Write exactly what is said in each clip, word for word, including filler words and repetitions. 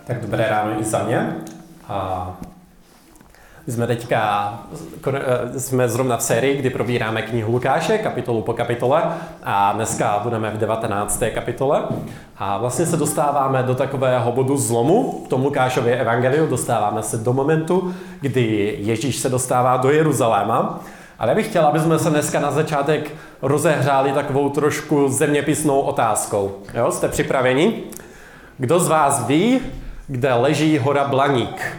Tak dobré ráno i za mě. A my jsme teďka, jsme zrovna v sérii, kdy probíráme knihu Lukáše, kapitolu po kapitole, a dneska budeme v devatenácté kapitole. A vlastně se dostáváme do takového bodu zlomu v tom Lukášově evangeliu, dostáváme se do momentu, kdy Ježíš se dostává do Jeruzaléma. Ale já bych chtěl, aby jsme se dneska na začátek rozehřáli takovou trošku zeměpisnou otázkou. Jo, jste připraveni? Kdo z vás ví, kde leží hora Blaník?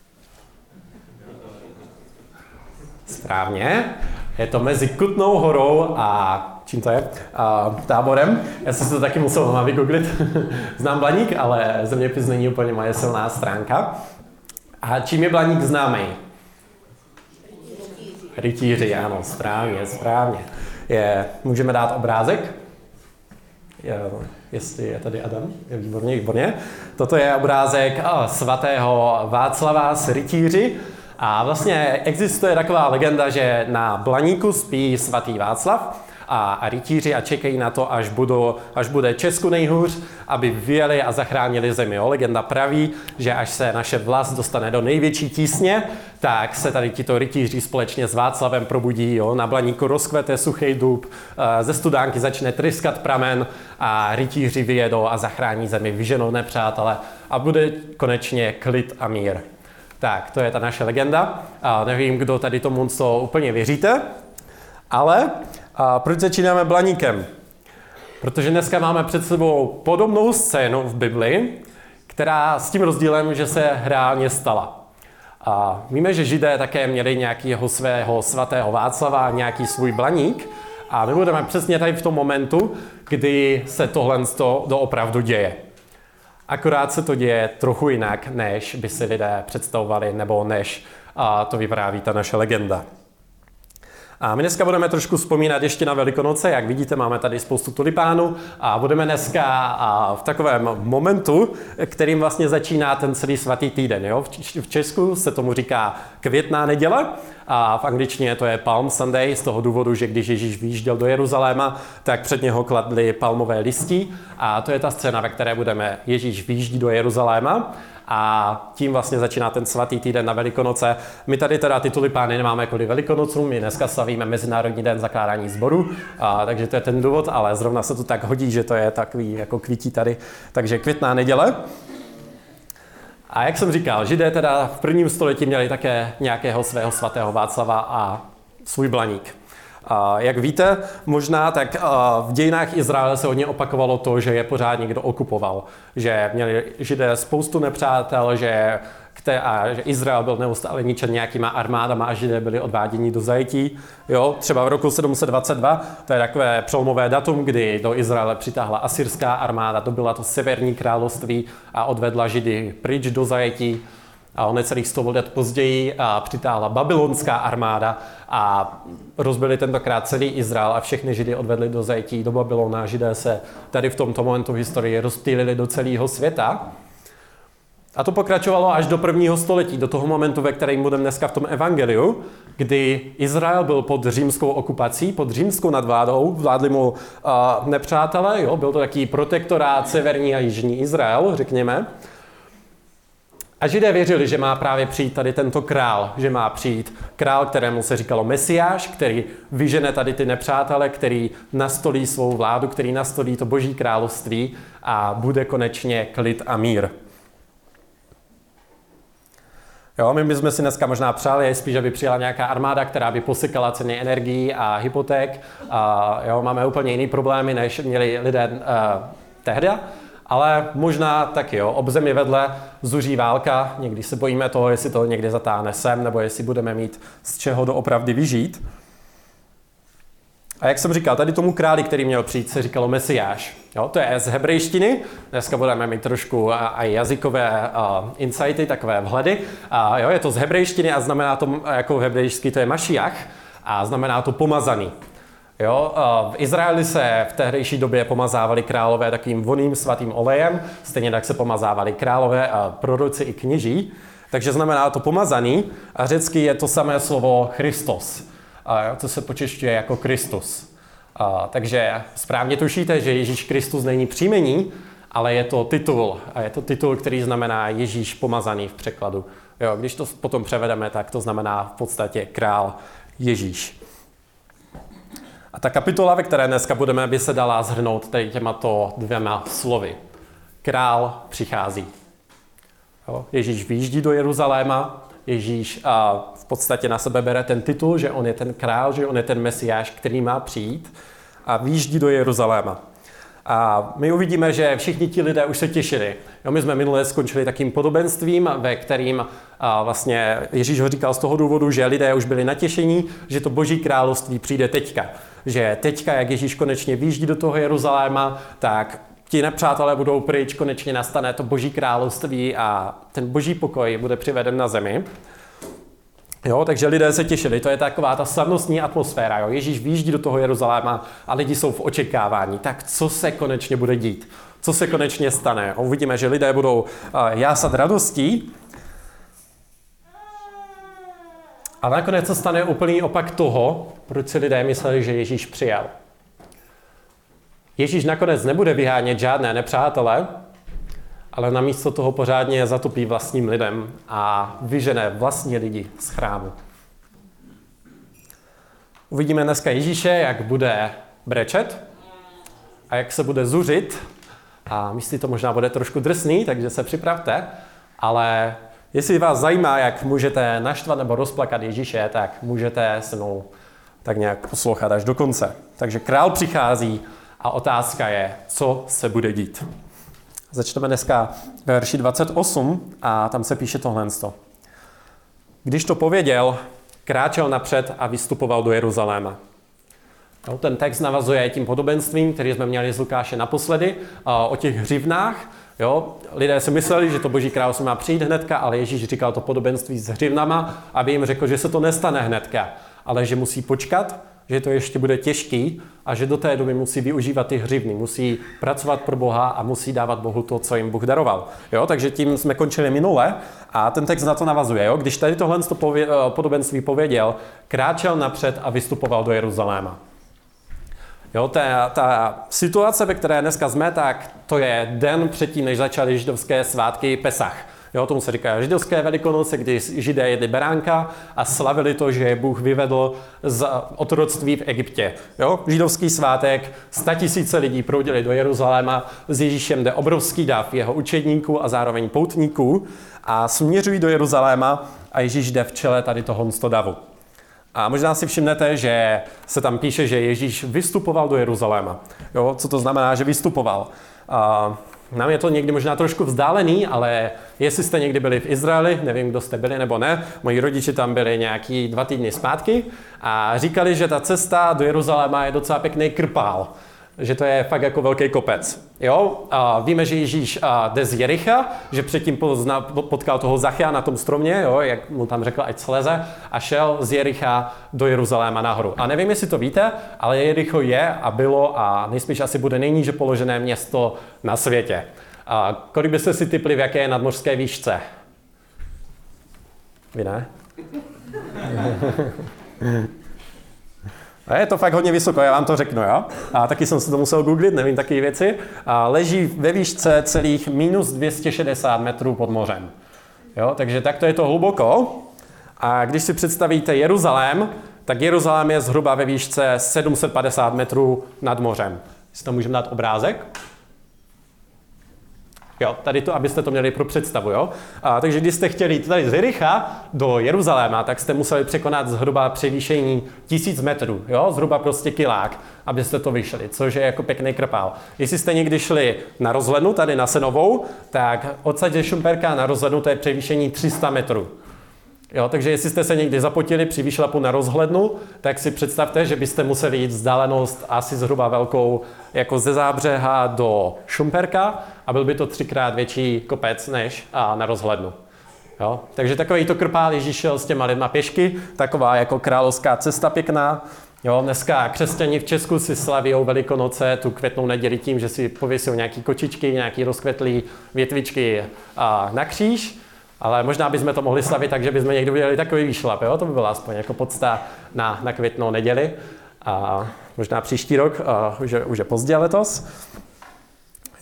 Správně. Je to mezi Kutnou horou a čím to je? A Táborem. Já jsem si to taky musel doma vygooglit. Znám Blaník, ale zeměpis není úplně moje silná stránka. A čím je Blaník známý? Rytíři, ano, správně, správně. Je, můžeme dát obrázek? Je, jestli je tady Adam, je výborně, výborně. Toto je obrázek oh, svatého Václava s rytíři. A vlastně existuje taková legenda, že na Blaníku spí svatý Václav a, a rytíři a čekají na to, až, budu, až bude Česku nejhůř, aby vyjeli a zachránili zemi. Jo? Legenda praví, že až se naše vlast dostane do největší tísně, tak se tady tito rytíři společně s Václavem probudí. Jo? Na Blaníku rozkvete suchý dub, ze studánky začne tryskat pramen a rytíři vyjedou a zachrání zemi, vyženou nepřátele a bude konečně klid a mír. Tak, to je ta naše legenda. A nevím, kdo tady tomu co úplně věříte, ale a proč začínáme Blaníkem? Protože dneska máme před sebou podobnou scénu v Bibli, která s tím rozdílem, že se reálně stala. A víme, že Židé také měli nějakého svého svatého Václava, nějaký svůj Blaník, a my budeme přesně tady v tom momentu, kdy se tohle doopravdu děje. Akorát se to děje trochu jinak, než by si lidé představovali, nebo než a, to vypráví ta naše legenda. A my dneska budeme trošku vzpomínat ještě na Velikonoce. Jak vidíte, máme tady spoustu tulipánů a budeme dneska a, v takovém momentu, kterým vlastně začíná ten celý svatý týden. Jo? V Česku se tomu říká květná neděle a v angličtině to je Palm Sunday z toho důvodu, že když Ježíš vyjížděl do Jeruzaléma, tak před něho kladli palmové listí a to je ta scéna, ve které budeme Ježíš vyjíždí do Jeruzaléma. A tím vlastně začíná ten svatý týden na Velikonoce. My tady teda ty tulipány nemáme kvůli Velikonocům, my dneska slavíme Mezinárodní den zakládání sboru, a, takže to je ten důvod, ale zrovna se to tak hodí, že to je takový jako kvítí tady. Takže květná neděle. A jak jsem říkal, Židé teda v prvním století měli také nějakého svého svatého Václava a svůj Blaník. A jak víte, možná tak v dějinách Izraele se hodně opakovalo to, že je pořád někdo okupoval. Že měli Židé spoustu nepřátel, že, a že Izrael byl neustále ničen nějakýma armádama a Židé byli odváděni do zajetí. Jo, třeba v roku sedm set dvacet dva, to je takové přelomové datum, kdy do Izraele přitáhla asyrská armáda, to byla to severní království a odvedla Židy pryč do zajetí. A o necelých sto let později a přitáhla babylonská armáda a rozbili tentokrát celý Izrael a všechny Židy odvedli do zajetí do Babylona. Židé se tady v tomto momentu historie rozptýlili do celého světa. A to pokračovalo až do prvního století, do toho momentu, ve kterém budeme dneska v tom evangeliu, kdy Izrael byl pod římskou okupací, pod římskou nadvládou, vládli mu uh, nepřátelé, jo? Byl to taký protektorát severní a jižní Izrael, řekněme. A Židé věřili, že má právě přijít tady tento král, že má přijít král, kterému se říkalo Mesiáš, který vyžene tady ty nepřátele, který nastolí svou vládu, který nastolí to boží království a bude konečně klid a mír. Jo, my bychom si dneska možná přáli, spíš, aby přijela nějaká armáda, která by posekala ceny energií a hypoték. A jo, máme úplně jiný problémy, než měli lidé uh, tehda. Ale možná taky, jo, ob zemi vedle zuří válka, někdy se bojíme toho, jestli to někdy zatáhne sem, nebo jestli budeme mít z čeho doopravdy vyžít. A jak jsem říkal, tady tomu králi, který měl přijít, se říkalo Mesiáš. Jo, to je z hebrejštiny, dneska budeme mít trošku i jazykové uh, insighty, takové vhledy. Uh, jo, je to z hebrejštiny a znamená to, jako hebrejsky, to je Mašiach a znamená to pomazaný. Jo, v Izraeli se v tehdejší době pomazávali králové takovým vonným svatým olejem, stejně tak se pomazávali králové a proroci i kněží, takže znamená to pomazaný a řecky je to samé slovo Christos, a to se počešťuje jako Kristus. A, takže správně tušíte, že Ježíš Kristus není příjmení, ale je to titul. A je to titul, který znamená Ježíš pomazaný v překladu. Jo, když to potom převedeme, tak to znamená v podstatě král Ježíš. A ta kapitola, ve které dneska budeme, by se dala shrnout tady těmato dvěma slovy. Král přichází. Jo, Ježíš vyjíždí do Jeruzaléma, Ježíš a v podstatě na sebe bere ten titul, že on je ten král, že on je ten mesiáš, který má přijít a vyjíždí do Jeruzaléma. A my uvidíme, že všichni ti lidé už se těšili. Jo, my jsme minule skončili takým podobenstvím, ve kterým a vlastně Ježíš ho říkal z toho důvodu, že lidé už byli natěšení, že to boží království přijde teďka. Že teďka, jak Ježíš konečně vyjíždí do toho Jeruzaléma, tak ti nepřátelé budou pryč, konečně nastane to boží království a ten boží pokoj bude přiveden na zemi. Jo, takže lidé se těšili, to je taková ta slavnostní atmosféra. Jo. Ježíš vyjíždí do toho Jeruzaléma a lidi jsou v očekávání. Tak co se konečně bude dít? Co se konečně stane? Uvidíme, že lidé budou uh, jásat radostí. A nakonec se stane úplný opak toho, proč si lidé mysleli, že Ježíš přijel. Ježíš nakonec nebude vyhánět žádné nepřátele, ale namísto toho pořádně zatopí vlastním lidem a vyžene vlastní lidi z chrámu. Uvidíme dneska Ježíše, jak bude brečet a jak se bude zuřit. A myslí, to možná bude trošku drsný, takže se připravte. Ale jestli vás zajímá, jak můžete naštvat nebo rozplakat Ježíše, tak můžete se mnou tak nějak poslouchat až do konce. Takže král přichází a otázka je, co se bude dít. Začneme dneska ve verši dvacet osm a tam se píše tohle. Když to pověděl, kráčel napřed a vystupoval do Jeruzaléma. No, ten text navazuje tím podobenstvím, který jsme měli z Lukáše naposledy, o těch hřivnách. Jo, lidé si mysleli, že to boží království má přijít hnedka, ale Ježíš říkal to podobenství s hřivnama, aby jim řekl, že se to nestane hnedka, ale že musí počkat, že to ještě bude těžký a že do té doby musí využívat ty hřivny, musí pracovat pro Boha a musí dávat Bohu to, co jim Bůh daroval. Jo, takže tím jsme končili minule a ten text na to navazuje. Jo? Když tady tohle podobenství pověděl, kráčel napřed a vystupoval do Jeruzaléma. Jo, ta, ta situace, ve které dneska jsme, tak to je den předtím, než začaly židovské svátky Pesach. Jo, tomu se říká židovské velikonoce, kdy Židé jedli beránka a slavili to, že je Bůh vyvedl z otroctví v Egyptě. Jo, židovský svátek, statisíce lidí proudili do Jeruzaléma, s Ježíšem jde obrovský dav jeho učedníků a zároveň poutníků a směřují do Jeruzaléma a Ježíš jde v čele tady toho davu. A možná si všimnete, že se tam píše, že Ježíš vystupoval do Jeruzaléma. Jo, co to znamená, že vystupoval? A nám je to někdy možná trošku vzdálený, ale jestli jste někdy byli v Izraeli, nevím, kdo jste byli nebo ne, moji rodiče tam byli nějaký dva týdny zpátky a říkali, že ta cesta do Jeruzaléma je docela pěkný krpál. Že to je fakt jako velký kopec. Jo? A víme, že Ježíš jde z Jericha, že předtím pozna, potkal toho Zachea na tom stromě, jo? Jak mu tam řekl, ať sleze, a šel z Jericha do Jeruzaléma nahoru. A nevím, jestli to víte, ale Jericho je a bylo a nejspíš asi bude nejníže položené město na světě. A kolik byste si tipli, v jaké je nadmořské výšce? Vy ne? Je to fakt hodně vysoko, já vám to řeknu, jo? A taky jsem si to musel googlit, nevím takové věci. A leží ve výšce celých minus dvě stě šedesát metrů pod mořem. Jo? Takže takto je to hluboko. A když si představíte Jeruzalém, tak Jeruzalém je zhruba ve výšce sedm set padesát metrů nad mořem. Si to můžeme dát obrázek? Jo, tady to, abyste to měli pro představu, jo. A, takže když jste chtěli tady z Jericha do Jeruzaléma, tak jste museli překonat zhruba převýšení tisíc metrů, jo, zhruba prostě kilák, abyste to vyšli, což je jako pěkný krpál. Jestli jste někdy šli na rozhlednu, tady na Senovou, tak odsaď ze Šumperka na rozhlednu to je převýšení tři sta metrů. Jo, takže jestli jste se někdy zapotili při výšlapu na rozhlednu, tak si představte, že byste museli jít vzdálenost asi zhruba velkou jako ze Zábřeha do Šumperka a byl by to třikrát větší kopec než na rozhlednu. Jo, takže takový to krpál Ježíš šel s těma lidma pěšky, taková jako královská cesta pěkná. Jo, dneska křesťani v Česku si slavijou Velikonoce, tu květnou neděli tím, že si pověsí nějaký kočičky, nějaký rozkvetlý větvičky a na kříž. Ale možná bychom to mohli slavit tak, že bychom někdy udělali takový výšlap, jo? To by byla aspoň jako podsta na, na květnou neděli. A možná příští rok, uh, už, je, už je pozdě letos.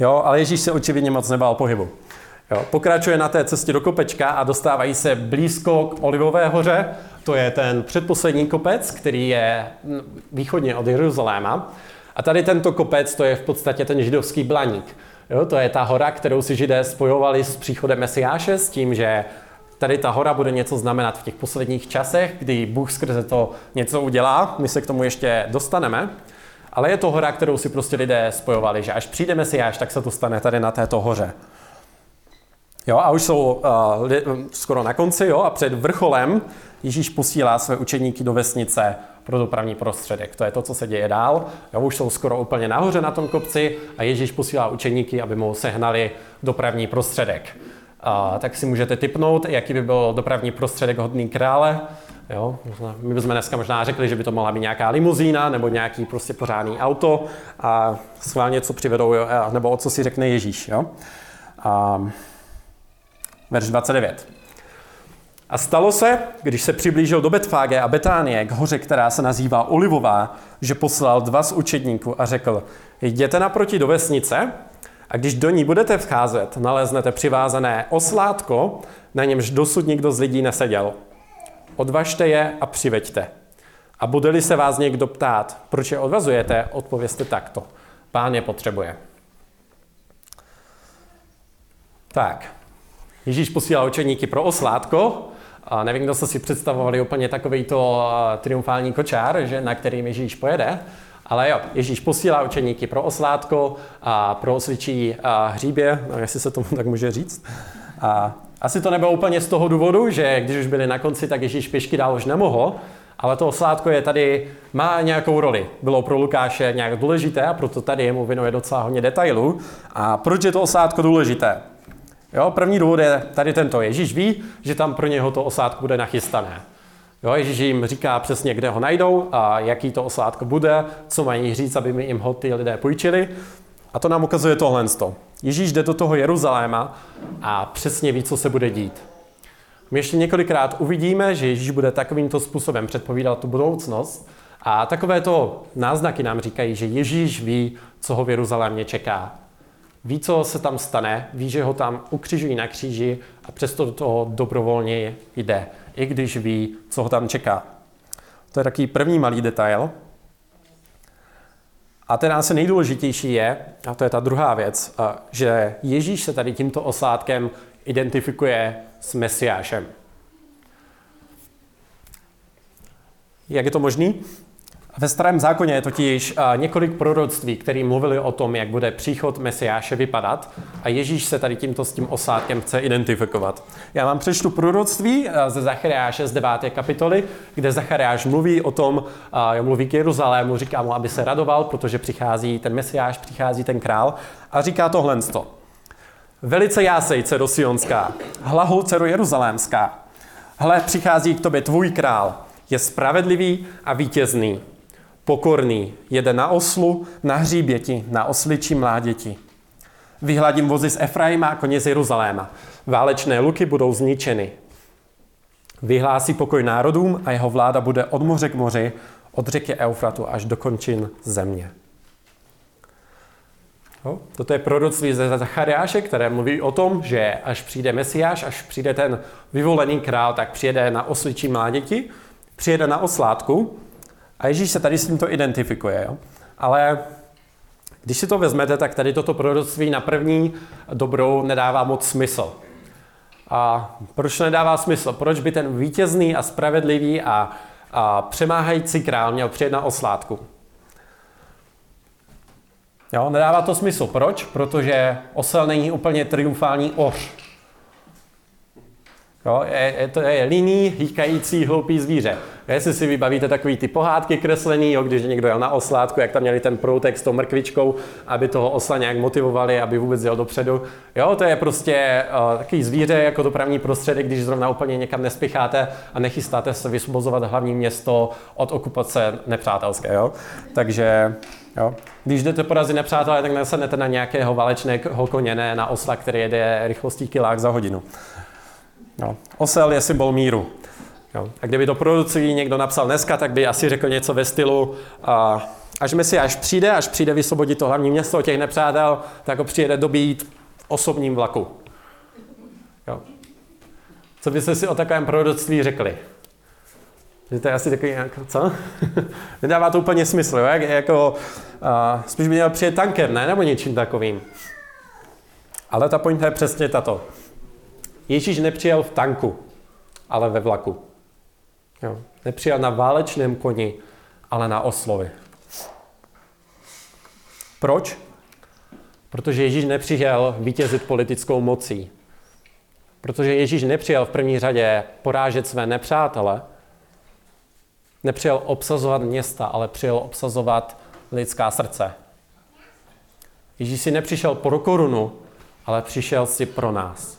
Jo, ale Ježíš se očividně moc nebál pohybu. Jo, pokračuje na té cestě do kopečka a dostávají se blízko k Olivové hoře. To je ten předposlední kopec, který je východně od Jeruzaléma. A tady tento kopec, to je v podstatě ten židovský Blaník. Jo, to je ta hora, kterou si Židé spojovali s příchodem Mesiáše, s tím, že tady ta hora bude něco znamenat v těch posledních časech, kdy Bůh skrze to něco udělá. My se k tomu ještě dostaneme. Ale je to hora, kterou si prostě lidé spojovali, že až přijde Mesiáš, tak se to stane tady na této hoře. Jo, a už jsou uh, li, skoro na konci, jo, a před vrcholem Ježíš posílá své učedníky do vesnice pro dopravní prostředek. To je to, co se děje dál. Jo, už jsou skoro úplně nahoře na tom kopci a Ježíš posílá učedníky, aby mu sehnali dopravní prostředek. Uh, tak si můžete tipnout, jaký by byl dopravní prostředek hodný krále. Jo, my bychom dneska možná řekli, že by to mohla být nějaká limuzína nebo nějaký prostě pořádný auto a schválně co přivedou, jo, nebo o co si řekne Ježíš. Jo. Uh, Verš dvacet devět. A stalo se, když se přiblížil do Betfáge a Betánie, k hoře, která se nazývá Olivová, že poslal dva z učedníků a řekl, jděte naproti do vesnice a když do ní budete vcházet, naleznete přivázané oslátko, na němž dosud nikdo z lidí neseděl. Odvažte je a přiveďte. A bude-li se vás někdo ptát, proč je odvazujete, odpovězte takto. Pán je potřebuje. Tak. Ježíš posílal učeníky pro oslátko. A nevím, kdo jste si představovali úplně takovýto triumfální kočár, že, na kterým Ježíš pojede. Ale jo, Ježíš posílá učeníky pro oslátko a pro osličí a hříbě, no, jestli se tomu tak může říct. A asi to nebylo úplně z toho důvodu, že když už byli na konci, tak Ježíš pěšky dál už nemohl, ale to oslátko je tady, má nějakou roli. Bylo pro Lukáše nějak důležité a proto tady mu věnuje docela hodně detailů. A proč je to oslátko důležité? Jo, první důvod je tady tento. Ježíš ví, že tam pro něho to oslátko bude nachystané. Jo, Ježíš jim říká přesně, kde ho najdou a jaký to oslátko bude, co mají říct, aby mi jim ho ty lidé půjčili. A to nám ukazuje tohle. Ježíš jde do toho Jeruzaléma a přesně ví, co se bude dít. My ještě několikrát uvidíme, že Ježíš bude takovýmto způsobem předpovídat tu budoucnost a takovéto náznaky nám říkají, že Ježíš ví, co ho v Jeruzalémě čeká. Ví, co se tam stane, ví, že ho tam ukřižují na kříži a přesto do toho dobrovolně jde, i když ví, co ho tam čeká. To je takový první malý detail. A ten asi nejdůležitější je, a to je ta druhá věc, že Ježíš se tady tímto oslátkem identifikuje s Mesiášem. Jak je to možný? Ve Starém zákoně je totiž několik proroctví, které mluvili o tom, jak bude příchod Mesiáše vypadat a Ježíš se tady tímto s tím oslátkem chce identifikovat. Já vám přečtu proroctví ze Zachariáše z deváté kapitoly, kde Zachariáš mluví o tom, mluví k Jeruzalému, říká mu, aby se radoval, protože přichází ten Mesiáš, přichází ten král a říká tohle. Velice jásej, dcero Sionská, hlaho, dcero Jeruzalémská. Hle, přichází k tobě tvůj král, je spravedlivý a vítězný. Pokorný, jede na oslu, na hříběti, na osličí mláděti. Vyhladím vozy z Efraima a koně z Jeruzaléma. Válečné luky budou zničeny. Vyhlásí pokoj národům a jeho vláda bude od moře k moři, od řeky Eufratu až do končin země. Jo, toto je proroctví ze Zachariáše, které mluví o tom, že až přijde Mesiáš, až přijde ten vyvolený král, tak přijede na osličí mláděti, přijede na oslátku a Ježíš se tady s tímto identifikuje. Jo? Ale když si to vezmete, tak tady toto proroctví na první dobrou nedává moc smysl. A proč nedává smysl? Proč by ten vítězný a spravedlivý a, a přemáhající král měl přijet na oslátku? Jo, nedává to smysl. Proč? Protože osel není úplně triumfální oř. Jo, je, je, to je líný, hýkající, hloupý zvíře. Jestli si vybavíte takový ty pohádky kreslený, jo, když někdo jel na oslátku, jak tam měli ten proutek s tou mrkvičkou, aby toho osla nějak motivovali, aby vůbec jel dopředu. Jo, to je prostě uh, takový zvíře jako dopravní prostředek, když zrovna úplně někam nespěcháte a nechystáte se vysvobozovat hlavní město od okupace nepřátelské. Jo. Takže jo, když jdete porazit nepřátelé, tak nesednete na nějakého válečného koně, ne na osla, který jede rychlostí kilák za hodinu. No. Osel je symbol míru. Jo. A kdyby to proroctví někdo napsal dneska, tak by asi řekl něco ve stylu, a až Mesiáš přijde, až přijde vysvobodit to hlavní město od těch nepřátel, tak ho přijede dobít v osobním vlaku. Jo. Co byste si o takovém proroctví řekli? Že to je asi takový nějak, co? Nedává to úplně smysl, jo? Jak, jako, uh, spíš by měl přijet tanker, ne? Nebo něčím takovým. Ale ta pointa je přesně tato. Ježíš nepřijel v tanku, ale ve vlaku. Jo. Nepřijel na válečném koni, ale na oslovi. Proč? Protože Ježíš nepřijel vítězit politickou mocí. Protože Ježíš nepřijel v první řadě porážet své nepřátele, nepřijel obsazovat města, ale přijel obsazovat lidská srdce. Ježíš si nepřišel pro korunu, ale přišel si pro nás.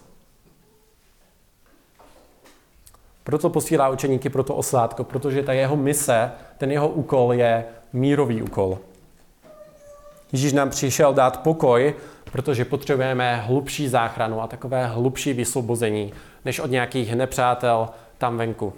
Proto posílá učeníky pro to oslátko, protože ta jeho mise, ten jeho úkol je mírový úkol. Ježíš nám přišel dát pokoj, protože potřebujeme hlubší záchranu a takové hlubší vysvobození, než od nějakých nepřátel tam venku.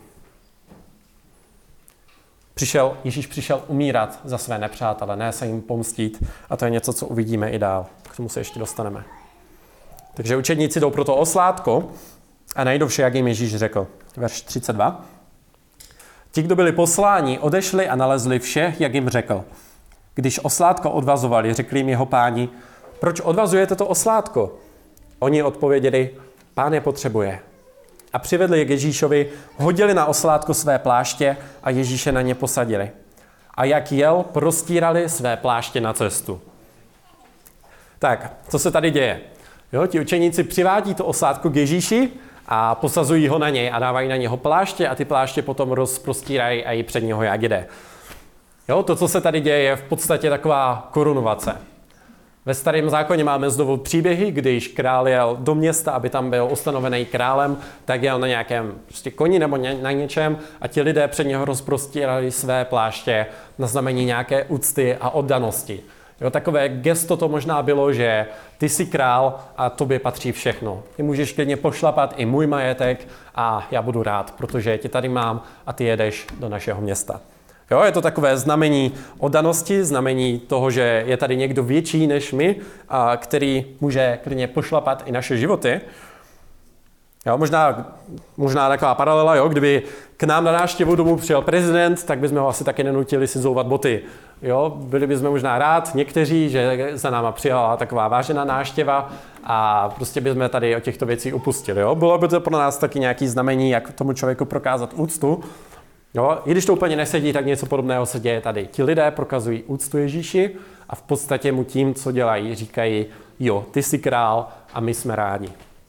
Přišel, Ježíš přišel umírat za své nepřátele, ne se jim pomstít, a to je něco, co uvidíme i dál. K tomu se ještě dostaneme. Takže učedníci jdou pro to oslátko a najdou vše, jak jim Ježíš řekl. Verš třicet dva. Ti, kdo byli posláni, odešli a nalezli vše, jak jim řekl. Když oslátko odvazovali, řekli jim jeho páni, proč odvazujete to oslátko? Oni odpověděli, pán je potřebuje. A přivedli je k Ježíšovi, hodili na oslátko své pláště a Ježíše na ně posadili. A jak jel, prostírali své pláště na cestu. Tak, co se tady děje? Jo, ti učeníci přivádí to oslátko k Ježíši a posazují ho na něj a dávají na něho pláště a ty pláště potom rozprostírají a i před něho, jak jde. Jo, to, co se tady děje, je v podstatě taková korunovace. Ve Starém zákoně máme znovu příběhy, když král jel do města, aby tam byl ustanovený králem, tak jel na nějakém prostě koni nebo ně, na něčem a ti lidé před něho rozprostírali své pláště na znamení nějaké úcty a oddanosti. Jo, takové gesto to možná bylo, že ty jsi král a tobě patří všechno. Ty můžeš klidně pošlapat i můj majetek a já budu rád, protože tě tady mám a ty jedeš do našeho města. Jo, je to takové znamení oddanosti, znamení toho, že je tady někdo větší než my, a který může klidně pošlapat i naše životy. Jo, možná, možná taková paralela, jo, kdyby k nám na návštěvu domů přijel prezident, tak bychom ho asi taky nenutili si zouvat boty. Jo, byli bychom možná rád někteří, že za náma přijela taková vážená návštěva a prostě bychom tady o těchto věcí upustili. Jo. Bylo by to pro nás taky nějaký znamení, jak tomu člověku prokázat úctu. Jo, i když to úplně nesedí, tak něco podobného se děje tady. Ti lidé prokazují úctu Ježíši a v podstatě mu tím, co dělají, říkají, jo, ty jsi král a my jsme rádi.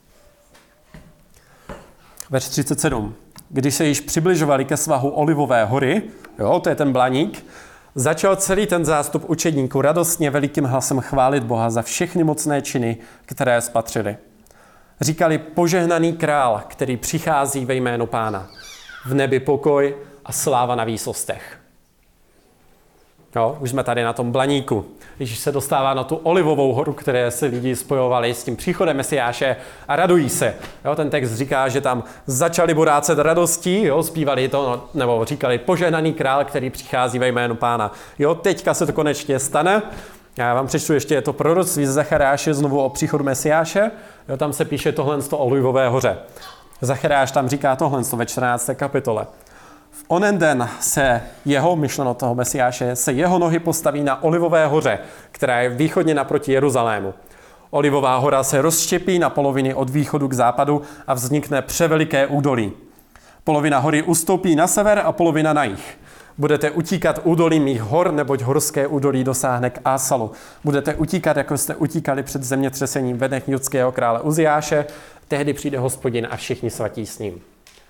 Verš třicet sedm. Když se již přibližovali ke svahu Olivové hory, jo, to je ten blaník, začal celý ten zástup učedníků radostně velikým hlasem chválit Boha za všechny mocné činy, které spatřili. Říkali, požehnaný král, který přichází ve jménu Pána. V nebi pokoj a sláva na výsostech. Jo, už jsme tady na tom blaníku. Když se dostává na tu Olivovou horu, které se lidi spojovali s tím příchodem Mesiáše a radují se. Jo, ten text říká, že tam začali borácet radostí, jo, zpívali to, nebo říkali požehnaný král, který přichází ve jménu Pána. Jo, teďka se to konečně stane. Já vám přečtu ještě to proroctví z Zachariáše znovu o příchodu Mesiáše. Jo, tam se píše tohle z toho Olivové hoře. Zachariáš tam říká tohle ve čtrnácté kapitole. V onen den se jeho, myšleno toho Mesiáše, se jeho nohy postaví na Olivové hoře, která je východně naproti Jeruzalému. Olivová hora se rozštěpí na poloviny od východu k západu a vznikne převeliké údolí. Polovina hory ustoupí na sever a polovina na jih. Budete utíkat údolím mých hor, neboť horské údolí dosáhne k Ásalu. Budete utíkat, jako jste utíkali před zemětřesením ve dnech judského krále Uziáše. Tehdy přijde Hospodin a všichni svatí s ním.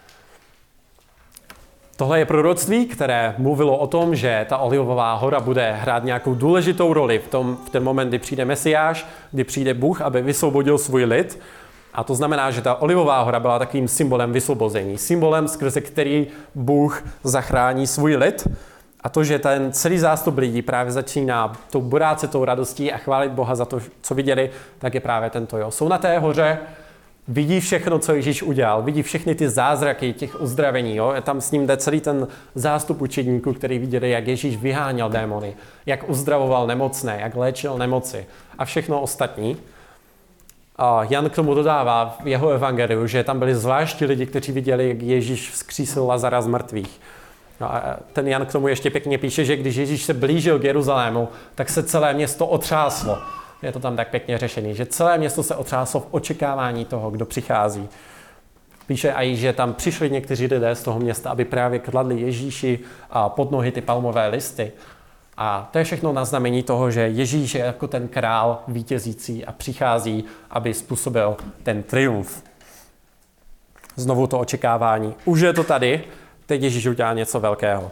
Tohle je proroctví, které mluvilo o tom, že ta Olivová hora bude hrát nějakou důležitou roli v, tom, v ten moment, kdy přijde Mesiáš, kdy přijde Bůh, aby vysvobodil svůj lid. A to znamená, že ta Olivová hora byla takovým symbolem vysvobození, symbolem, skrze který Bůh zachrání svůj lid. A to, že ten celý zástup lidí právě začíná tou boráce, tou radostí a chválit Boha za to, co viděli, tak je právě tento. Jo. Jsou na té hoře vidí všechno, co Ježíš udělal, vidí všechny ty zázraky těch uzdravení. Jo? Tam s ním jde celý ten zástup učedníků, který viděli, jak Ježíš vyháněl démony, jak uzdravoval nemocné, jak léčil nemoci a všechno ostatní. A Jan k tomu dodává v jeho evangeliu, že tam byli zvláštní lidi, kteří viděli, jak Ježíš vzkřísil Lazara z mrtvých. A ten Jan k tomu ještě pěkně píše, že když Ježíš se blížil k Jeruzalému, tak se celé město otřáslo. Je to tam tak pěkně řešený, že celé město se otřáslo v očekávání toho, kdo přichází. Píše i, že tam přišli někteří lidé z toho města, aby právě kladli Ježíši pod nohy ty palmové listy. A to je všechno na znamení toho, že Ježíš je jako ten král vítězící a přichází, aby způsobil ten triumf. Znovu to očekávání. Už je to tady, teď Ježíš udělá něco velkého.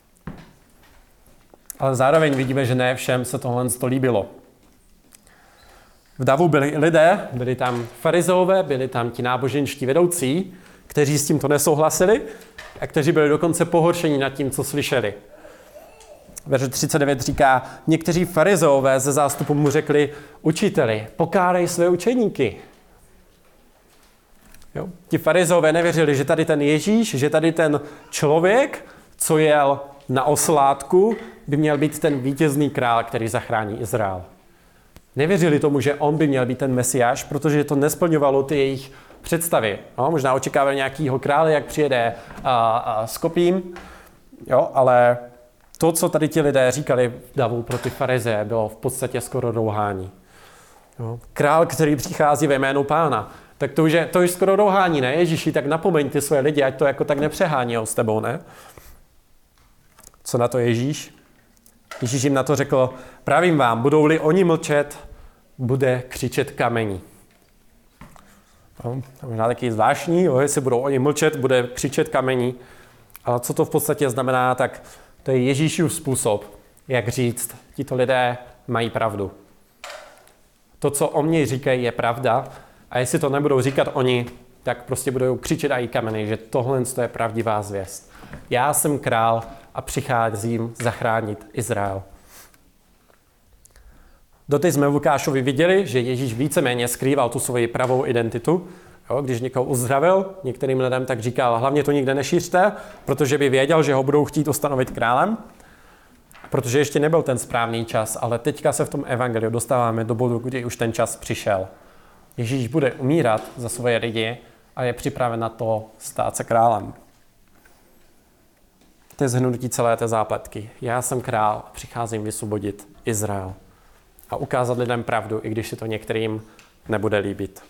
Ale zároveň vidíme, že ne všem se tohle to líbilo. V davu byli lidé, byli tam farizeové, byli tam ti náboženští vedoucí, kteří s tímto nesouhlasili a kteří byli dokonce pohoršení nad tím, co slyšeli. Verš třicet devět říká, někteří farizeové ze zástupu mu řekli, učiteli, pokárej své učeníky. Jo? Ti farizeové nevěřili, že tady ten Ježíš, že tady ten člověk, co jel na oslátku, by měl být ten vítězný král, který zachrání Izrael. Nevěřili tomu, že on by měl být ten mesiáš, protože to nesplňovalo ty jejich představy. No, možná očekávali nějakýho krále, jak přijede a, a s kopím, jo, ale to, co tady ti lidé říkali v davu pro ty farizeje, bylo v podstatě skoro rouhání. Jo. Král, který přichází ve jménu Pána, tak to už je, to už skoro rouhání, ne? Ježíši, tak napomeň ty své lidi, ať to jako tak nepřehání s tebou, ne? Co na to Ježíš? Ježíš jim na to řekl, pravím vám, budou-li oni mlčet, bude křičet kamení. No, možná taky zvláštní, jo, jestli budou oni mlčet, bude křičet kamení. Ale co to v podstatě znamená, tak to je Ježíšův způsob, jak říct, tito lidé mají pravdu. To, co o mně říkají, je pravda a jestli to nebudou říkat oni, tak prostě budou křičet a i kameny, že tohle je pravdivá zvěst. Já jsem král a přicházím zachránit Izrael. Doteď jsme v Lukášovi viděli, že Ježíš víceméně skrýval tu svoji pravou identitu. Jo, když někoho uzdravil, některým lidem tak říkal, hlavně to nikde nešířte, protože by věděl, že ho budou chtít ustanovit králem, protože ještě nebyl ten správný čas, ale teďka se v tom evangeliu dostáváme do bodu, kdy už ten čas přišel. Ježíš bude umírat za svoje lidi a je připraven na to stát se králem. To je shrnutí celé té zápletky. Já jsem král a přicházím vysvobodit Izrael a ukázat lidem pravdu, i když si to některým nebude líbit.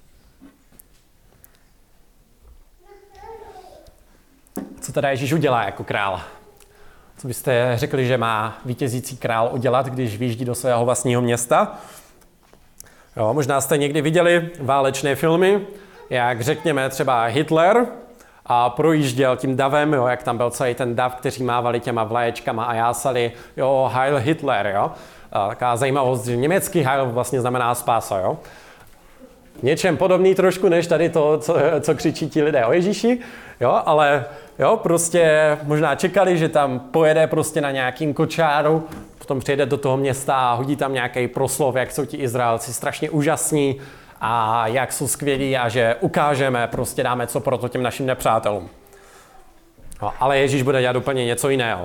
Co teda Ježíš udělá jako král? Co byste řekli, že má vítězící král udělat, když vyjíždí do svého vlastního města? Jo, možná jste někdy viděli válečné filmy, jak řekněme třeba Hitler a projížděl tím davem, jo, jak tam byl celý ten dav, kteří mávali těma vlaječkama a jásali, jo, Heil Hitler, jo. A taková zajímavost, že německý Heil vlastně znamená spása, jo. Něčem podobný trošku, než tady to, co, co křičí ti lidé o Ježíši, jo, ale jo, prostě možná čekali, že tam pojede prostě na nějakým kočáru, potom přijede do toho města a hodí tam nějaký proslov, jak jsou ti Izraelci strašně úžasní a jak jsou skvělí a že ukážeme, prostě dáme co pro to těm našim nepřátelům. No, ale Ježíš bude dělat úplně něco jiného.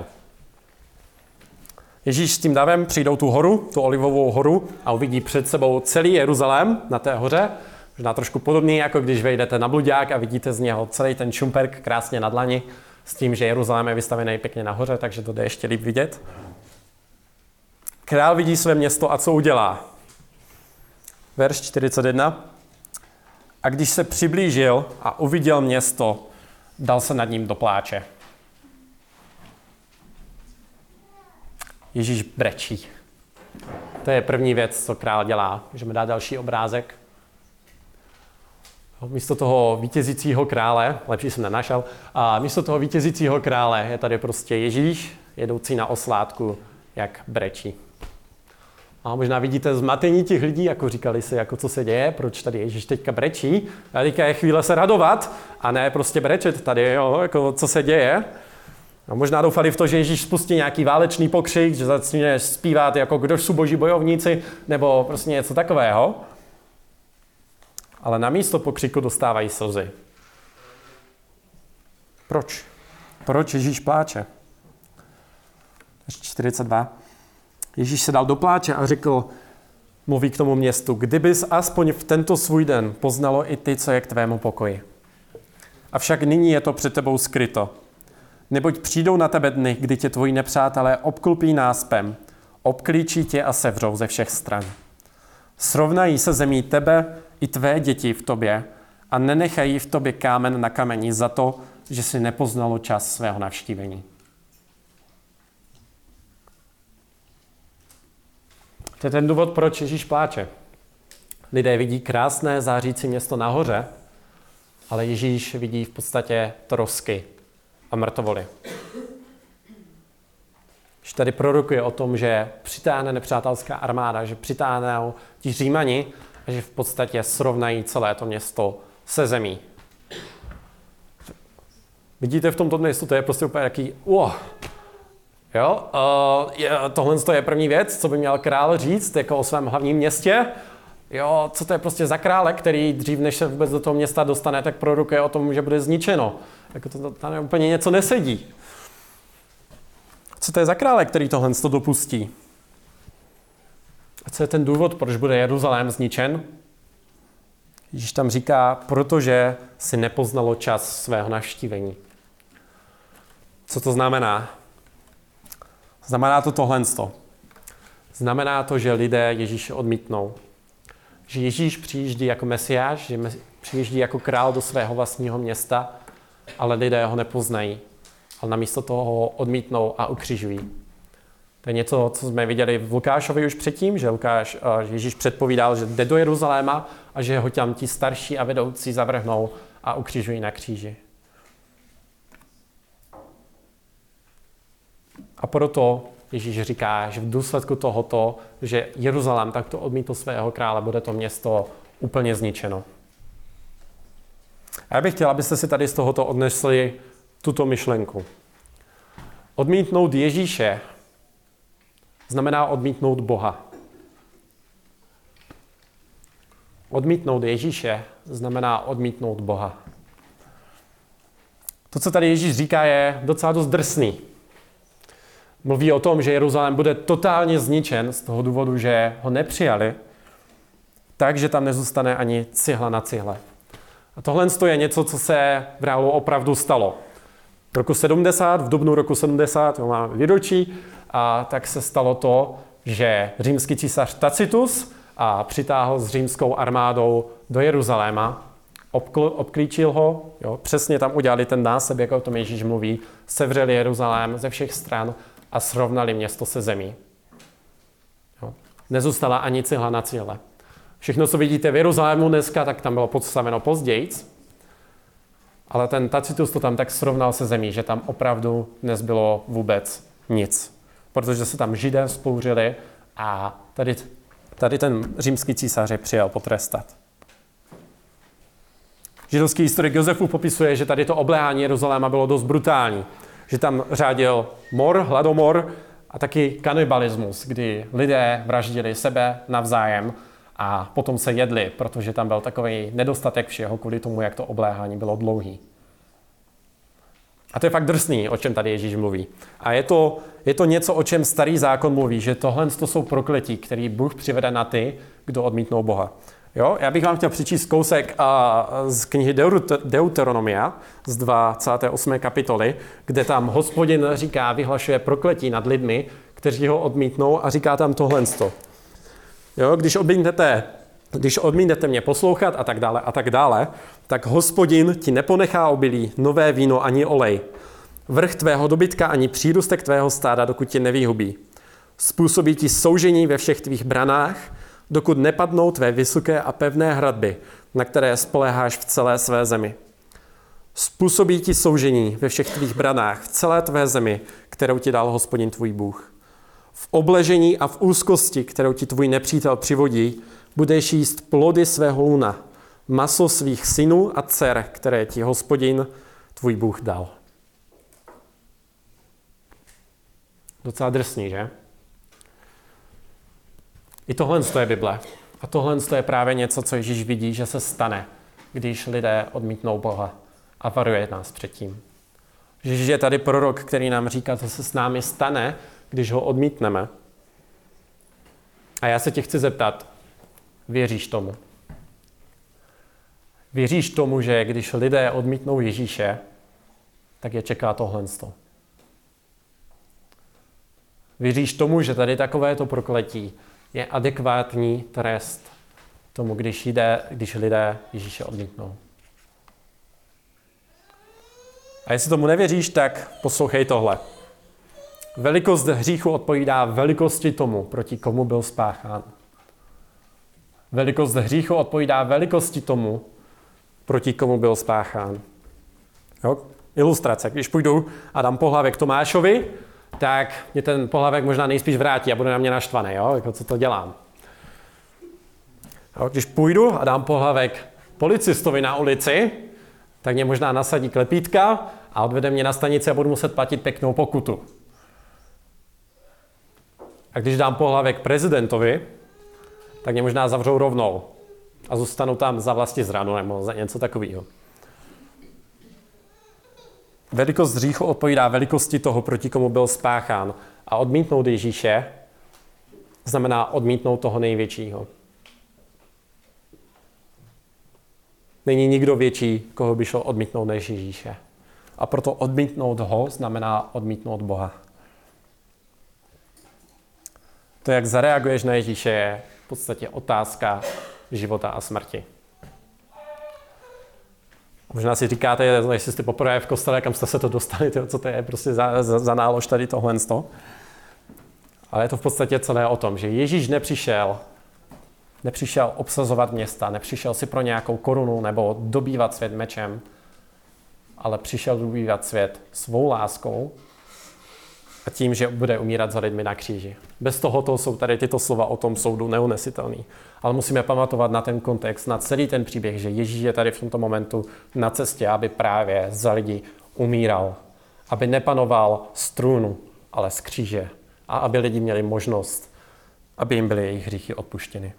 Ježíš s tím davem přijdou tu horu, tu Olivovou horu a uvidí před sebou celý Jeruzalém na té hoře. Možná trošku podobný, jako když vejdete na Bludák a vidíte z něho celý ten šumperk krásně na dlani, s tím, že Jeruzalém je vystavený pěkně nahoře, takže to jde ještě líp vidět. Král vidí své město a co udělá? Verš čtyřicet jedna. A když se přiblížil a uviděl město, dal se nad ním do pláče. Ježíš brečí. To je první věc, co král dělá. Můžeme dát další obrázek. Místo toho vítězícího krále, lepší jsem nenašel, a místo toho vítězícího krále je tady prostě Ježíš, jedoucí na oslátku, jak brečí. A možná vidíte zmatení těch lidí, jako říkali si, jako co se děje, proč tady Ježíš teďka brečí. A teďka je chvíle se radovat a ne prostě brečet tady, jo, jako co se děje. A možná doufali v to, že Ježíš spustí nějaký válečný pokřik, že začne zpívat jako kdo jsou boží bojovníci, nebo prostě něco takového. ale na místo pokřiku dostávají slzy. Proč? Proč Ježíš pláče? čtyřicet dva. Ježíš se dal do pláče a řekl, mluví k tomu městu, kdybys aspoň v tento svůj den poznalo i ty, co je k tvému pokoji. Avšak nyní je to před tebou skryto. Neboť přijdou na tebe dny, kdy tě tvoji nepřátelé obklopí náspem, obklíčí tě a sevřou ze všech stran. Srovnají se zemí tebe i tvé děti v tobě a nenechají v tobě kámen na kameni za to, že si nepoznalo čas svého navštívení. To je ten důvod, proč Ježíš pláče. Lidé vidí krásné zářící město nahoře, ale Ježíš vidí v podstatě trosky a mrtvoly. Když tady prorokuje o tom, že přitáhne nepřátelská armáda, že přitáhnou ti Římani a že v podstatě srovnají celé to město se zemí. Vidíte v tomto městu, to je prostě úplně jaký uh, jo, uh, je, tohle je první věc, co by měl král říct jako o svém hlavním městě. Jo, co to je prostě za krále, který dřív, než se vůbec do toho města dostane, tak prorokuje o tom, že bude zničeno. Jako to tam úplně něco nesedí. Co to je za krále, který tohle to dopustí? A co je ten důvod, proč bude Jeruzalém zničen? Ježíš tam říká, protože si nepoznalo čas svého navštívení. Co to znamená? Znamená to tohle. Znamená to, že lidé Ježíše odmítnou. Že Ježíš přijíždí jako mesiáš, že přijíždí jako král do svého vlastního města, ale lidé ho nepoznají. Ale namísto toho ho odmítnou a ukřižují. To je něco, co jsme viděli v Lukášovi už předtím, že Lukáš, že Ježíš předpovídal, že jde do Jeruzaléma a že ho tam ti starší a vedoucí zavrhnou a ukřižují na kříži. A proto Ježíš říká, že v důsledku tohoto, že Jeruzalém takto odmítl svého krále, bude to město úplně zničeno. A já bych chtěl, abyste si tady z tohoto odnesli tuto myšlenku. Odmítnout Ježíše znamená odmítnout Boha. Odmítnout Ježíše znamená odmítnout Boha. To, co tady Ježíš říká, je docela dost drsný. Mluví o tom, že Jeruzalém bude totálně zničen z toho důvodu, že ho nepřijali, takže tam nezůstane ani cihla na cihle. A tohle je něco, co se v reálu opravdu stalo. V roku sedmdesát, v dubnu roku sedmdesát, jo, máme výročí, a tak se stalo to, že římský císař Tacitus a přitáhl s římskou armádou do Jeruzaléma, obkl, obklíčil ho, jo, přesně tam udělali ten násled, jak o tom Ježíš mluví, sevřeli Jeruzalém ze všech stran a srovnali město se zemí. Jo. Nezůstala ani cihla na cihle. Všechno, co vidíte v Jeruzalému dneska, tak tam bylo podstaveno později, ale ten Tacitus to tam tak srovnal se zemí, že tam opravdu nezbylo vůbec nic. Protože se tam Židé vzpouřili a tady, tady ten římský císař je přijel potrestat. Židovský historik Josefův popisuje, že tady to obléhání Jeruzaléma bylo dost brutální. Že tam řádil mor, hladomor a taky kanibalismus, kdy lidé vraždili sebe navzájem a potom se jedli, protože tam byl takový nedostatek všeho kvůli tomu, jak to obléhání bylo dlouhý. A to je fakt drsný, o čem tady Ježíš mluví. A je to, je to něco, o čem starý zákon mluví, že tohle to jsou prokletí, který Bůh přivede na ty, kdo odmítnou Boha. Jo? Já bych vám chtěl přečíst kousek a, z knihy Deuteronomia z dvacáté osmé kapitoly, kde tam Hospodin říká, vyhlašuje prokletí nad lidmi, kteří ho odmítnou a říká tam tohle. Jo? Když odmítnete Když odmítnete mě poslouchat a tak dále a tak dále, tak Hospodin ti neponechá obilí, nové víno ani olej. Vrch tvého dobytka ani přírůstek tvého stáda, dokud tě nevyhubí. Způsobí ti soužení ve všech tvých branách, dokud nepadnou tvé vysoké a pevné hradby, na které spoléháš v celé své zemi. Způsobí ti soužení ve všech tvých branách v celé tvé zemi, kterou ti dal Hospodin tvůj Bůh. V obležení a v úzkosti, kterou ti tvůj nepřítel přivodí, budeš jíst plody svého luna, maso svých synů a dcer, které ti Hospodin tvůj Bůh dal. Docela drsný, že? I tohle je Bible. A tohle je právě něco, co Ježíš vidí, že se stane, když lidé odmítnou Boha a varuje nás před tím. Ježíš je tady prorok, který nám říká, co se s námi stane, když ho odmítneme. A já se tě chci zeptat, věříš tomu? Věříš tomu, že když lidé odmítnou Ježíše, tak je čeká tohle. Věříš tomu, že tady takovéto prokletí je adekvátní trest tomu, když, jde, když lidé Ježíše odmítnou? A jestli tomu nevěříš, tak poslouchej tohle. Velikost hříchu odpovídá velikosti tomu, proti komu byl spáchán. Velikost hříchu odpovídá velikosti tomu, proti komu byl spáchán. Jo? Ilustrace. Když půjdu a dám pohlavek Tomášovi, tak mě ten pohlavek možná nejspíš vrátí a bude na mě naštvaný, jo? Jako co to dělám. Jo? Když půjdu a dám pohlavek policistovi na ulici, tak mě možná nasadí klepítka a odvede mě na stanici a budu muset platit pěknou pokutu. A když dám pohlavek prezidentovi, tak mě možná zavřou rovnou a zůstanu tam za vlastizranu nebo za něco takového. Velikost hříchu odpovídá velikosti toho, proti komu byl spáchán. A odmítnout Ježíše znamená odmítnout toho největšího. Není nikdo větší, koho by šlo odmítnout než Ježíše. A proto odmítnout ho znamená odmítnout Boha. To, jak zareaguješ na Ježíše, je v podstatě otázka života a smrti. Možná si říkáte, jestli jste poprvé v kostele, kam jste se to dostali, tyjo, co to je prostě za, za, za nálož tady tohle. Ale je to v podstatě celé o tom, že Ježíš nepřišel, nepřišel obsazovat města, nepřišel si pro nějakou korunu nebo dobývat svět mečem, ale přišel dobývat svět svou láskou a tím, že bude umírat za lidmi na kříži. Bez tohoto jsou tady tyto slova o tom soudu neunesitelný. Ale musíme pamatovat na ten kontext, na celý ten příběh, že Ježíš je tady v tomto momentu na cestě, aby právě za lidi umíral. Aby nepanoval z trůnu, ale z kříže. A aby lidi měli možnost, aby jim byly jejich hříchy odpuštěny.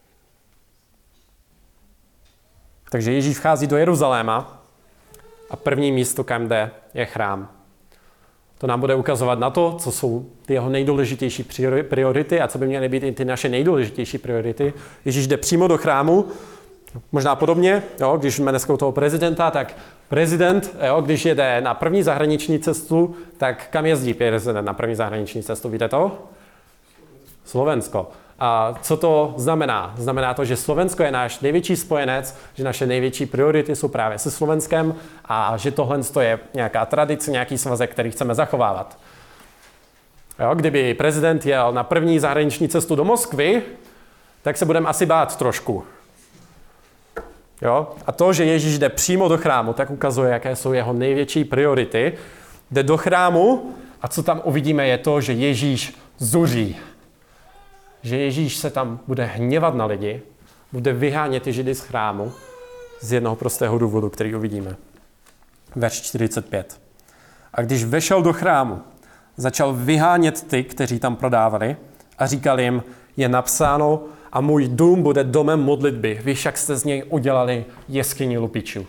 Takže Ježíš vchází do Jeruzaléma a první místo, kam jde, je chrám. To nám bude ukazovat na to, co jsou ty jeho nejdůležitější priority a co by měly být i ty naše nejdůležitější priority. Ježíš jde přímo do chrámu, možná podobně, jo, když jsme dneska u toho prezidenta, tak prezident, jo, když jede na první zahraniční cestu, tak kam jezdí prezident na první zahraniční cestu, víte to? Slovensko. A co to znamená? Znamená to, že Slovensko je náš největší spojenec, že naše největší priority jsou právě se Slovenskem a že tohle je nějaká tradice, nějaký svazek, který chceme zachovávat. Jo, kdyby prezident jel na první zahraniční cestu do Moskvy, tak se budeme asi bát trošku. Jo? A to, že Ježíš jde přímo do chrámu, tak ukazuje, jaké jsou jeho největší priority. Jde do chrámu a co tam uvidíme je to, že Ježíš zuří. Že Ježíš se tam bude hněvat na lidi, bude vyhánět ty Židy z chrámu z jednoho prostého důvodu, který uvidíme. Verš čtyřicet pět. A když vešel do chrámu, začal vyhánět ty, kteří tam prodávali a říkal jim, je napsáno a můj dům bude domem modlitby, vy však jste z něj udělali jeskyni lupičů.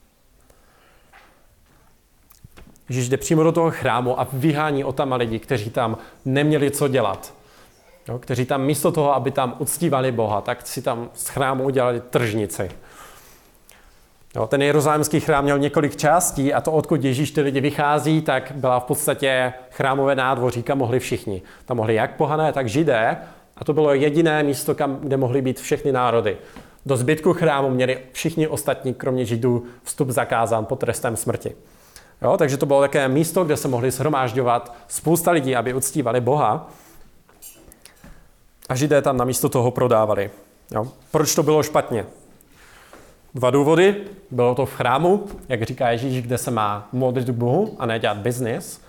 Ježíš jde přímo do toho chrámu a vyhání otama lidi, kteří tam neměli co dělat. Jo, kteří tam místo toho, aby tam uctívali Boha, tak si tam z chrámu udělali tržnici. Jo, ten jeruzalémský chrám měl několik částí a to, odkud Ježíš ty lidi vychází, tak byla v podstatě chrámové nádvoří, kam mohli všichni. Tam mohli jak pohané, tak Židé a to bylo jediné místo, kam, kde mohly být všechny národy. Do zbytku chrámu měli všichni ostatní, kromě Židů, vstup zakázán pod trestem smrti. Jo, takže to bylo také místo, kde se mohli shromážďovat spousta lidí, aby uctívali Boha. A Židé tam namísto toho prodávali. Jo. Proč to bylo špatně? Dva důvody. Bylo to v chrámu, jak říká Ježíš, kde se má modlit Bohu a ne dělat biznis.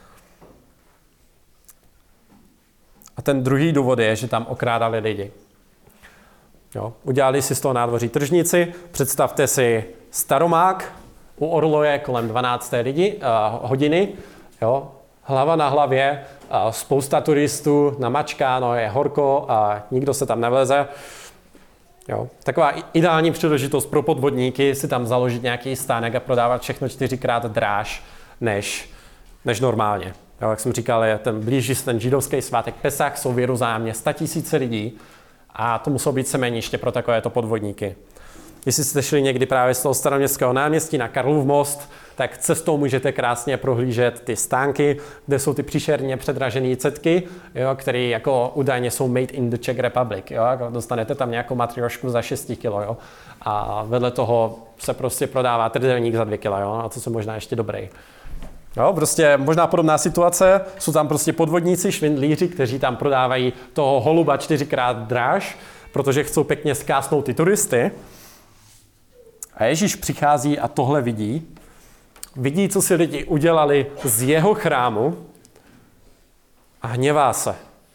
A ten druhý důvod je, že tam okrádali lidi. Jo. Udělali si z toho nádvoří tržnici. Představte si Staromák u Orloje kolem dvanácté lidi, uh, hodiny. Jo. Hlava na hlavě, spousta turistů, namačkáno, je horko a nikdo se tam nevleze. Jo? Taková ideální příležitost pro podvodníky si tam založit nějaký stánek a prodávat všechno čtyřikrát dráž než, než normálně. Jo, jak jsem říkal, je ten blíží se ten židovský svátek Pesach, jsou v Jeruzalémě statisíce lidí a to muselo být semeniště pro takovéto podvodníky. Jestli jste šli někdy právě z toho staroměstského náměstí na Karlův most, tak cestou můžete krásně prohlížet ty stánky, kde jsou ty příšerně předražené cetky, jo, které jako údajně jsou made in the Czech Republic. Jo, jako dostanete tam nějakou matriošku za šest kilo, jo, a vedle toho se prostě prodává trdelník za dvě kila, jo, a to se možná ještě dobrý. Jo, prostě možná podobná situace, jsou tam prostě podvodníci, švindlíři, kteří tam prodávají toho holuba čtyřikrát dráž, protože chcou pěkně zkásnout ty turisty. A Ježíš přichází a tohle vidí. Vidí, co si lidi udělali z jeho chrámu a hněvá se.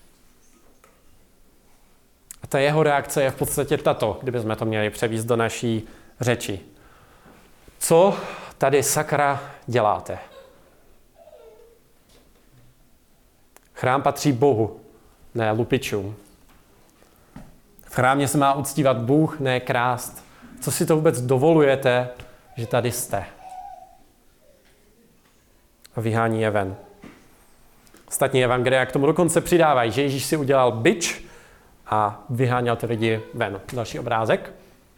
A ta jeho reakce je v podstatě tato, kdybychom to měli převíst do naší řeči. Co tady sakra děláte? Chrám patří Bohu, ne lupičům. V chrámě se má uctívat Bůh, ne krást. Co si to vůbec dovolujete, že tady jste? A vyhání je ven. Ostatní evangelia k tomu dokonce přidávají, že Ježíš si udělal bič a vyháněl ty lidi ven. Další obrázek.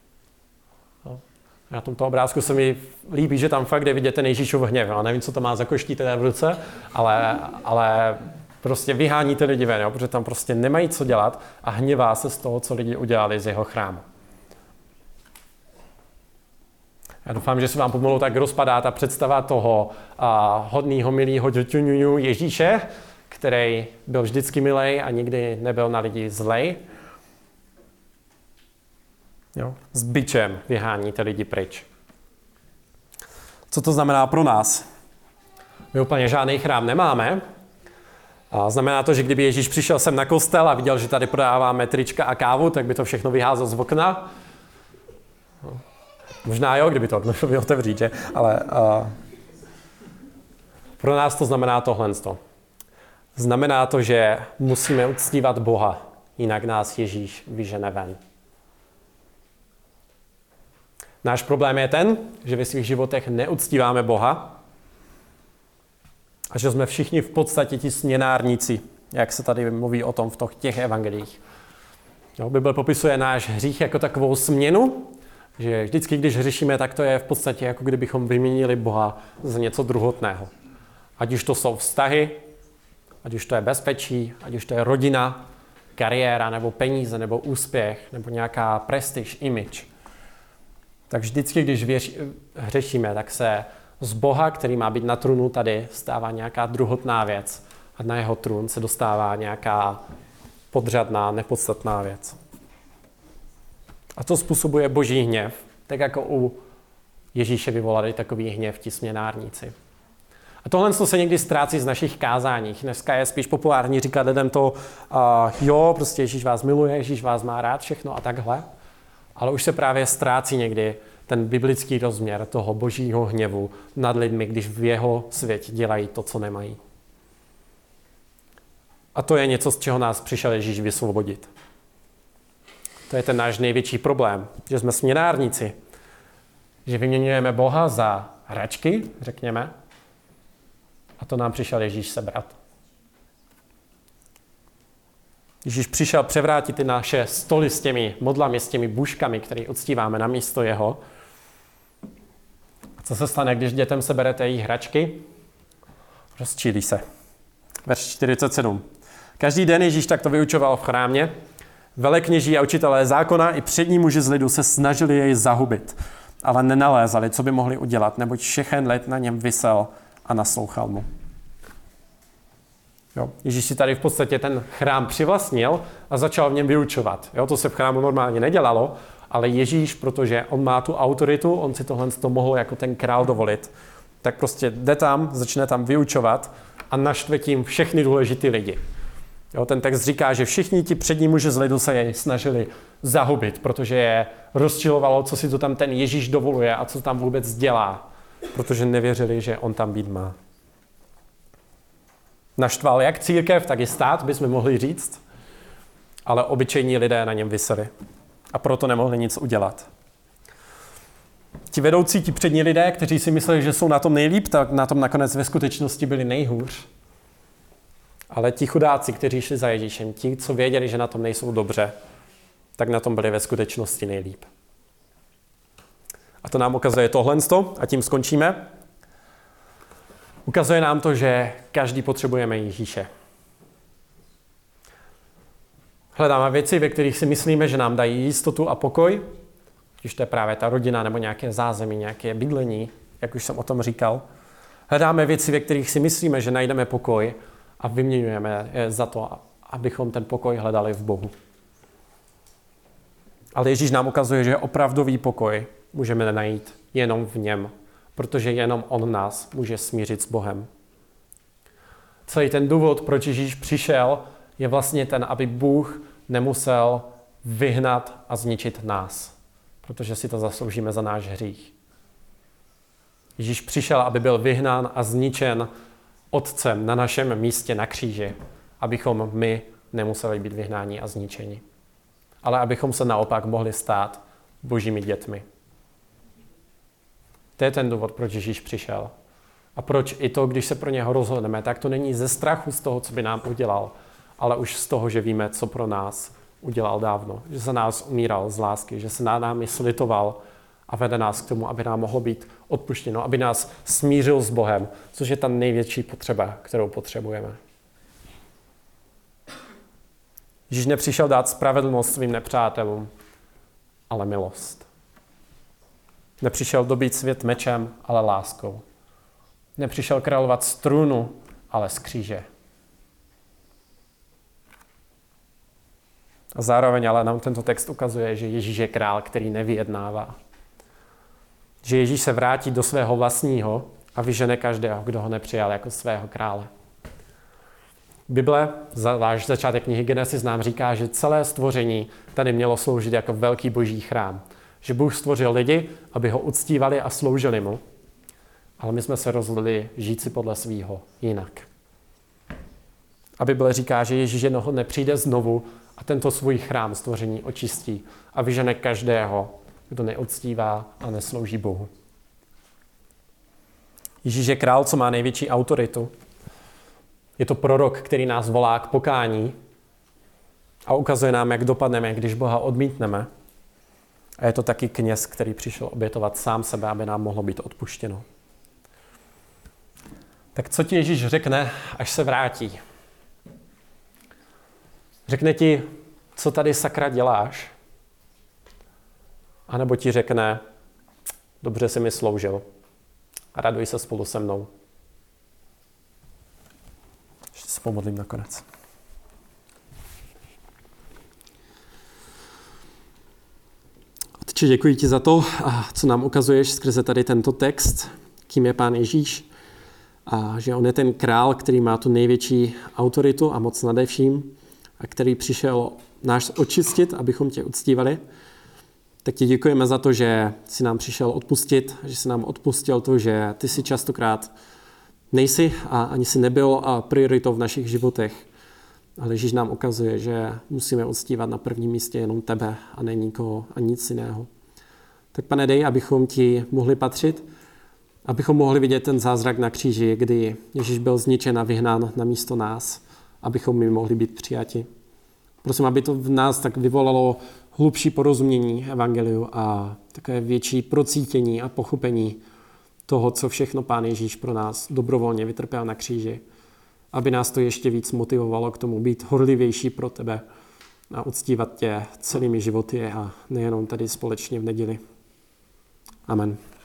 Na tomto obrázku se mi líbí, že tam fakt jde vidět ten Ježíšův hněv. Já nevím, co to má za koští teda v ruce, ale, ale prostě vyhání ty lidi ven, jo? Protože tam prostě nemají co dělat a hněvá se z toho, co lidi udělali z jeho chrámu. Já doufám, že se vám pomalu tak rozpadá ta představa toho a, hodnýho, milýho děťuňuňu Ježíše, který byl vždycky milej a nikdy nebyl na lidi zlej. Jo? S bičem vyhání ty lidi pryč. Co to znamená pro nás? My úplně žádný chrám nemáme. A znamená to, že kdyby Ježíš přišel sem na kostel a viděl, že tady prodáváme trička a kávu, tak by to všechno vyházel z okna. Možná jo, kdyby to okno šlo otevřít, že? Ale uh, pro nás to znamená tohle. Znamená to, že musíme uctívat Boha, jinak nás Ježíš vyžene ven. Náš problém je ten, že ve svých životech neuctíváme Boha a že jsme všichni v podstatě ti směnárníci, jak se tady mluví o tom v těch evangelích. Jo, Bible popisuje náš hřích jako takovou směnu, že vždycky, když hřešíme, tak to je v podstatě jako kdybychom vyměnili Boha za něco druhotného. Ať už to jsou vztahy, ať už to je bezpečí, ať už to je rodina, kariéra, nebo peníze, nebo úspěch, nebo nějaká prestiž, image. Tak vždycky, když věř, hřešíme, tak se z Boha, který má být na trůnu tady, stává nějaká druhotná věc a na jeho trůn se dostává nějaká podřadná, nepodstatná věc. A to způsobuje boží hněv, tak jako u Ježíše vyvolali takový hněv ti směnárníci. A tohle se někdy ztrácí z našich kázáních. Dneska je spíš populární říkat lidem to, uh, jo, prostě Ježíš vás miluje, Ježíš vás má rád, všechno a takhle. Ale už se právě ztrácí někdy ten biblický rozměr toho božího hněvu nad lidmi, když v jeho světě dělají to, co nemají. A to je něco, z čeho nás přišel Ježíš vysvobodit. To je ten náš největší problém, že jsme směnárníci, že vyměňujeme Boha za hračky, řekněme, a to nám přišel Ježíš sebrat. Ježíš přišel převrátit ty naše stoly s těmi modlami, s těmi buškami, které uctíváme na místo jeho. A co se stane, když dětem seberete jejich hračky? Rozčílí se. Verš čtyřicet sedm. Každý den Ježíš takto vyučoval v chrámě. Velekněží a učitelé zákona i přední muži z lidu se snažili jej zahubit, ale nenalézali, co by mohli udělat, neboť všechen lid na něm visel a naslouchal mu. Jo. Ježíš si tady v podstatě ten chrám přivlastnil a začal v něm vyučovat. Jo, to se v chrámu normálně nedělalo, ale Ježíš, protože on má tu autoritu, on si tohle to mohl jako ten král dovolit, tak prostě jde tam, začne tam vyučovat a naštve tím všechny důležitý lidi. Jo, ten text říká, že všichni ti přední muži z lidu se jej snažili zahubit, protože je rozčilovalo, co si to tam ten Ježíš dovoluje a co tam vůbec dělá, protože nevěřili, že on tam být má. Naštval jak církev, tak i stát, bychom mohli říct, ale obyčejní lidé na něm viseli. a proto nemohli nic udělat. Ti vedoucí, ti přední lidé, kteří si mysleli, že jsou na tom nejlíp, tak na tom nakonec ve skutečnosti byli nejhůř. Ale ti chudáci, kteří šli za Ježíšem, ti, co věděli, že na tom nejsou dobře, tak na tom byli ve skutečnosti nejlíp. A to nám ukazuje tohle, a tím skončíme. Ukazuje nám to, že každý potřebujeme Ježíše. Hledáme věci, ve kterých si myslíme, že nám dají jistotu a pokoj, když to je právě ta rodina nebo nějaké zázemí, nějaké bydlení, jak už jsem o tom říkal. Hledáme věci, ve kterých si myslíme, že najdeme pokoj a vyměňujeme je za to, abychom ten pokoj hledali v Bohu. Ale Ježíš nám ukazuje, že opravdový pokoj můžeme najít jenom v něm, protože jenom on nás může smířit s Bohem. Celý ten důvod, proč Ježíš přišel, je vlastně ten, aby Bůh nemusel vyhnat a zničit nás, protože si to zasloužíme za náš hřích. Ježíš přišel, aby byl vyhnán a zničen Otcem na našem místě na kříži, abychom my nemuseli být vyhnáni a zničeni, ale abychom se naopak mohli stát božími dětmi. To je ten důvod, proč Ježíš přišel. A proč i to, když se pro něho rozhodneme, tak to není ze strachu z toho, co by nám udělal, ale už z toho, že víme, co pro nás udělal dávno. Že se nás umíral z lásky, že se na námi slitoval a vede nás k tomu, aby nám mohlo být odpuštěno, aby nás smířil s Bohem, což je ta největší potřeba, kterou potřebujeme. Ježíš nepřišel dát spravedlnost svým nepřátelům, ale milost. Nepřišel dobít svět mečem, ale láskou. Nepřišel královat z trůnu, ale z kříže. A zároveň ale nám tento text ukazuje, že Ježíš je král, který nevyjednává. Že Ježíš se vrátí do svého vlastního a vyžene každého, kdo ho nepřijal jako svého krále. Bible, váš začátek knihy Genesis nám říká, že celé stvoření tady mělo sloužit jako velký boží chrám. Že Bůh stvořil lidi, aby ho uctívali a sloužili mu, ale my jsme se rozhodli žít si podle svýho jinak. A Bible říká, že Ježíš jednoho dne přijde znovu a tento svůj chrám stvoření očistí a vyžene každého, kdo neuctívá a neslouží Bohu. Ježíš je král, co má největší autoritu. Je to prorok, který nás volá k pokání a ukazuje nám, jak dopadneme, když Boha odmítneme. A je to taky kněz, který přišel obětovat sám sebe, aby nám mohlo být odpuštěno. Tak co ti Ježíš řekne, až se vrátí? Řekne ti, co tady sakra děláš? A nebo ti řekne, dobře jsi mi sloužil a raduj se spolu se mnou. Ještě se pomodlím nakonec. Otče, děkuji ti za to, co nám ukazuješ skrze tady tento text, kým je Pán Ježíš. A že on je ten král, který má tu největší autoritu a moc nade vším a který přišel nás očistit, abychom tě uctívali. Tak ti děkujeme za to, že jsi nám přišel odpustit, že jsi nám odpustil to, že ty si častokrát nejsi a ani si nebyl prioritou v našich životech. Ale Ježíš nám ukazuje, že musíme uctívat na prvním místě jenom tebe a ne nikoho a nic jiného. Tak Pane, dej, abychom ti mohli patřit, abychom mohli vidět ten zázrak na kříži, kdy Ježíš byl zničen a vyhnán na místo nás, abychom my mohli být přijati. Prosím, aby to v nás tak vyvolalo hlubší porozumění evangeliu a takové větší procítění a pochopení toho, co všechno Pán Ježíš pro nás dobrovolně vytrpěl na kříži, aby nás to ještě víc motivovalo k tomu být horlivější pro tebe a uctívat tě celými životy a nejenom tady společně v neděli. Amen.